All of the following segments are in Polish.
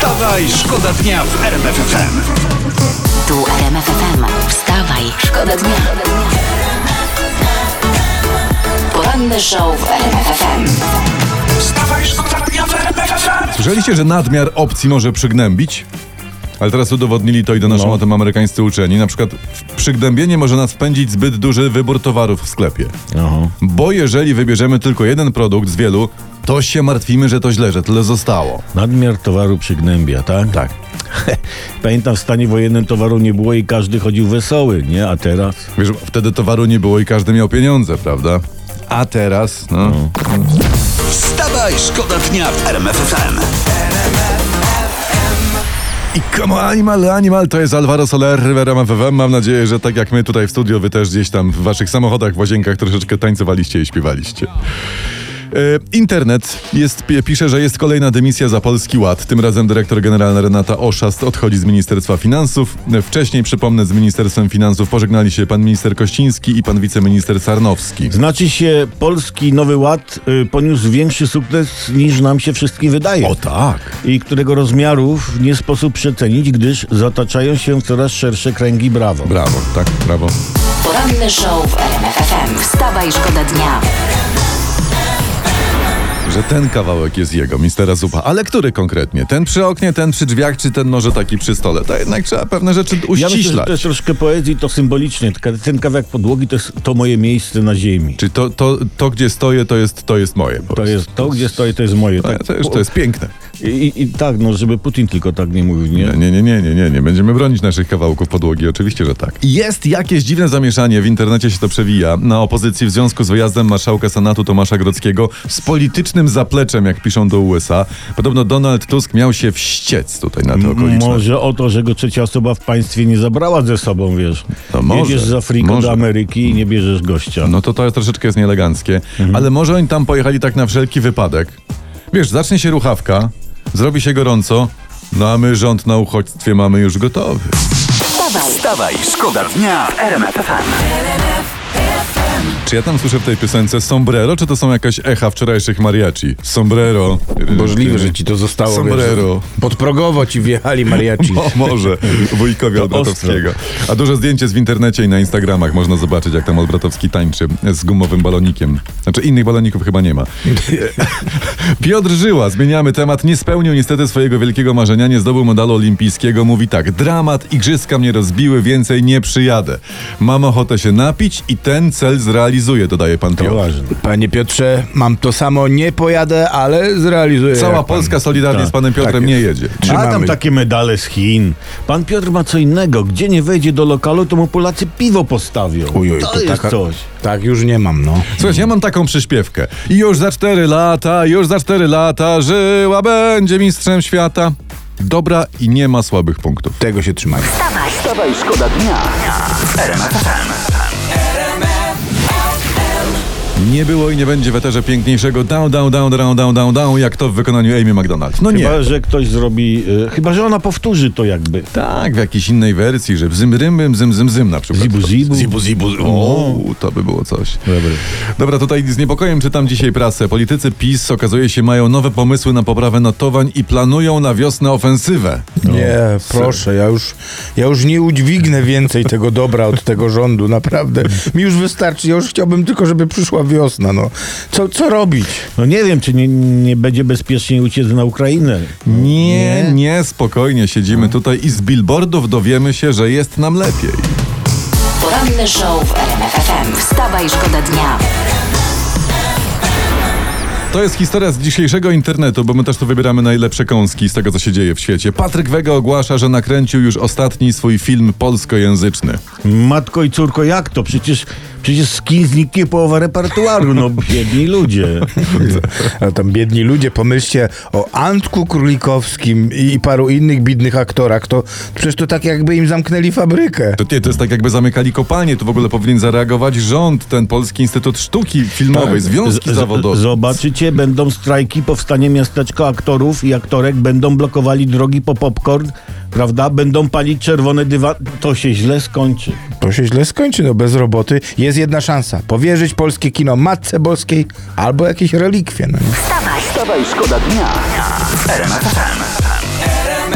Wstawaj, szkoda dnia w RMF FM. Tu RMF FM. Wstawaj, szkoda dnia. Poranny show w RMF FM. Wstawaj, szkoda dnia w RMF FM. Słyszeliście, że nadmiar opcji może przygnębić? Ale teraz udowodnili to i donoszą o tym amerykańscy uczeni. Na przykład przygnębienie może nas wpędzić zbyt duży wybór towarów w sklepie. Aha. Bo jeżeli wybierzemy tylko jeden produkt z wielu, to się martwimy, że to źle, że tyle zostało. Nadmiar towaru przygnębia, tak? Tak. Pamiętam, w stanie wojennym towaru nie było i każdy chodził wesoły, nie? A teraz? Wiesz, wtedy towaru nie było i każdy miał pieniądze, prawda? A teraz, Wstawaj, szkoda dnia w RMF FM. I come on, animal, to jest Alvaro Soler, Rivera FM. Mam nadzieję, że tak jak my tutaj w studio, wy też gdzieś tam w waszych samochodach, w łazienkach troszeczkę tańcowaliście i śpiewaliście. Internet pisze, że jest kolejna dymisja za Polski Ład. Tym razem dyrektor generalna Renata Oszast odchodzi z Ministerstwa Finansów. Wcześniej, przypomnę, z Ministerstwem Finansów pożegnali się pan minister Kościński i pan wiceminister Sarnowski. Znaczy się, Polski Nowy Ład poniósł większy sukces niż nam się wszystkim wydaje. O tak! I którego rozmiarów nie sposób przecenić, gdyż zataczają się w coraz szersze kręgi. Brawo. Brawo, tak, brawo. Poranny show w RMF FM. Wstawaj, szkoda dnia. Że ten kawałek jest jego, mistera Zupa. Ale który konkretnie? Ten przy oknie, ten przy drzwiach, czy ten może taki przy stole? To jednak trzeba pewne rzeczy Ja myślę, że uściślać. to jest troszkę poezji, to symbolicznie. Ten kawałek podłogi to jest to moje miejsce na ziemi. Czyli to gdzie stoję, to jest moje. po To prostu. jest to, gdzie stoję, to jest moje. Tak? To jest piękne. I tak, no, żeby Putin tylko tak nie mówił, nie? Nie będziemy bronić naszych kawałków podłogi, oczywiście, że tak. Jest jakieś dziwne zamieszanie, w internecie się to przewija, na opozycji w związku z wyjazdem marszałka Senatu Tomasza Grodzkiego z politycznym zapleczem, jak piszą do USA. Podobno Donald Tusk miał się wściec tutaj na te okoliczności. Może o to, że go trzecia osoba w państwie nie zabrała ze sobą, wiesz. To może, Jedziesz z Afryki może. do Ameryki i nie bierzesz gościa. No to troszeczkę jest nieeleganckie, ale może oni tam pojechali tak na wszelki wypadek. Wiesz, zacznie się ruchawka, zrobi się gorąco, no a my rząd na uchodźstwie mamy już gotowy. Wstawaj, szkoda dnia w RMF FM. Czy ja tam słyszę w tej piosence sombrero, czy to są jakaś echa wczorajszych mariachi? Sombrero. Możliwe, że ci to zostało. Sombrero. Wiesz, podprogowo ci wjechali mariachi. Może wujkowi Olbratowskiego. A duże zdjęcie w internecie i na Instagramach można zobaczyć, jak tam Olbratowski tańczy z gumowym balonikiem. Znaczy innych baloników chyba nie ma. Piotr Żyła, zmieniamy temat, nie spełnił niestety swojego wielkiego marzenia, nie zdobył medalu olimpijskiego. Mówi tak: dramat, igrzyska mnie rozbiły, więcej nie przyjadę. Mam ochotę się napić i ten cel zrealizuję, dodaje pan Piotr. Ważne. Panie Piotrze, mam to samo, nie pojadę, ale zrealizuję. Cała jak pan. Polska solidarnie Tak, z panem Piotrem tak nie jest. jedzie. A Trzymamy. tam takie medale z Chin. Pan Piotr ma co innego. Gdzie nie wejdzie do lokalu, to mu Polacy piwo postawią. Uj, to jest coś. Tak już nie mam, no. Słuchajcie, ja mam taką przyśpiewkę. I już za 4 lata Żyła będzie mistrzem świata. Dobra i nie ma słabych punktów. Tego się trzymaj. Wstawaj, szkoda dnia w RMF FM. Nie było i nie będzie w eterze piękniejszego down, jak to w wykonaniu Amy McDonald. No nie. Chyba, że ktoś zrobi... chyba, że ona powtórzy to jakby. Tak, w jakiejś innej wersji, że bzym, rym, zym na przykład. Zibu. Zibu. O, to by było coś. Dobry. Dobra, tutaj z niepokojem czytam dzisiaj prasę. Politycy PiS, okazuje się, mają nowe pomysły na poprawę notowań i planują na wiosnę ofensywę. Nie, proszę, ja już nie udźwignę więcej tego dobra od tego rządu, naprawdę. Mi już wystarczy, ja już chciałbym tylko, żeby przyszła wiosna, no. Co robić? No nie wiem, czy nie będzie bezpiecznie uciec na Ukrainę. Nie, spokojnie siedzimy tutaj i z billboardów dowiemy się, że jest nam lepiej. Poranny show w RMF FM. Wstawaj, szkoda dnia. To jest historia z dzisiejszego internetu, bo my też tu wybieramy najlepsze kąski z tego, co się dzieje w świecie. Patryk Wega ogłasza, że nakręcił już ostatni swój film polskojęzyczny. Matko i córko, jak to? Przecież z kin zniknie połowa repertuaru, no biedni ludzie. A tam biedni ludzie, pomyślcie o Antku Królikowskim i paru innych biednych aktorach, to przecież to tak jakby im zamknęli fabrykę. To jest tak jakby zamykali kopalnię, tu w ogóle powinien zareagować rząd, ten Polski Instytut Sztuki Filmowej, związki zawodowe. Zobaczycie, będą strajki, powstanie miasteczko aktorów i aktorek, będą blokowali drogi po popcorn, prawda? Będą palić czerwone dywany. To się źle skończy. To się źle skończy, no bez roboty. Jest jedna szansa. Powierzyć polskie kino Matce Boskiej albo jakieś relikwie. No nie? Wstawaj, szkoda dnia w RMF FM.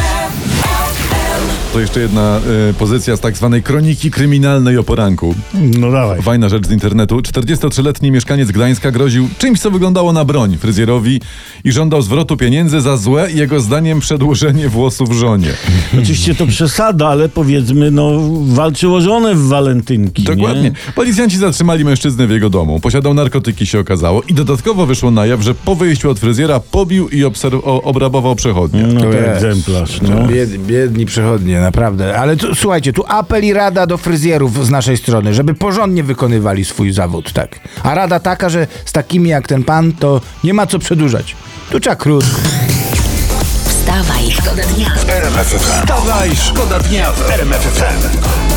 To jeszcze jedna pozycja z tak zwanej kroniki kryminalnej o poranku. No dawaj. Fajna rzecz z internetu. 43-letni mieszkaniec Gdańska groził czymś, co wyglądało na broń fryzjerowi i żądał zwrotu pieniędzy za złe, jego zdaniem, przedłużenie włosów żonie. Oczywiście to przesada, ale powiedzmy, walczył o żonę w walentynki. Dokładnie. Nie? Policjanci zatrzymali mężczyznę w jego domu. Posiadał narkotyki, się okazało. I dodatkowo wyszło na jaw, że po wyjściu od fryzjera pobił i obrabował przechodnie. No to jest. egzemplarz. No. Biedni przechodnie, naprawdę. Ale słuchajcie, tu apel i rada do fryzjerów z naszej strony, żeby porządnie wykonywali swój zawód, tak. A rada taka, że z takimi jak ten pan, to nie ma co przedłużać. Tu trzeba krótko. Wstawaj, szkoda dnia. Wstawaj, szkoda dnia w RMF FM.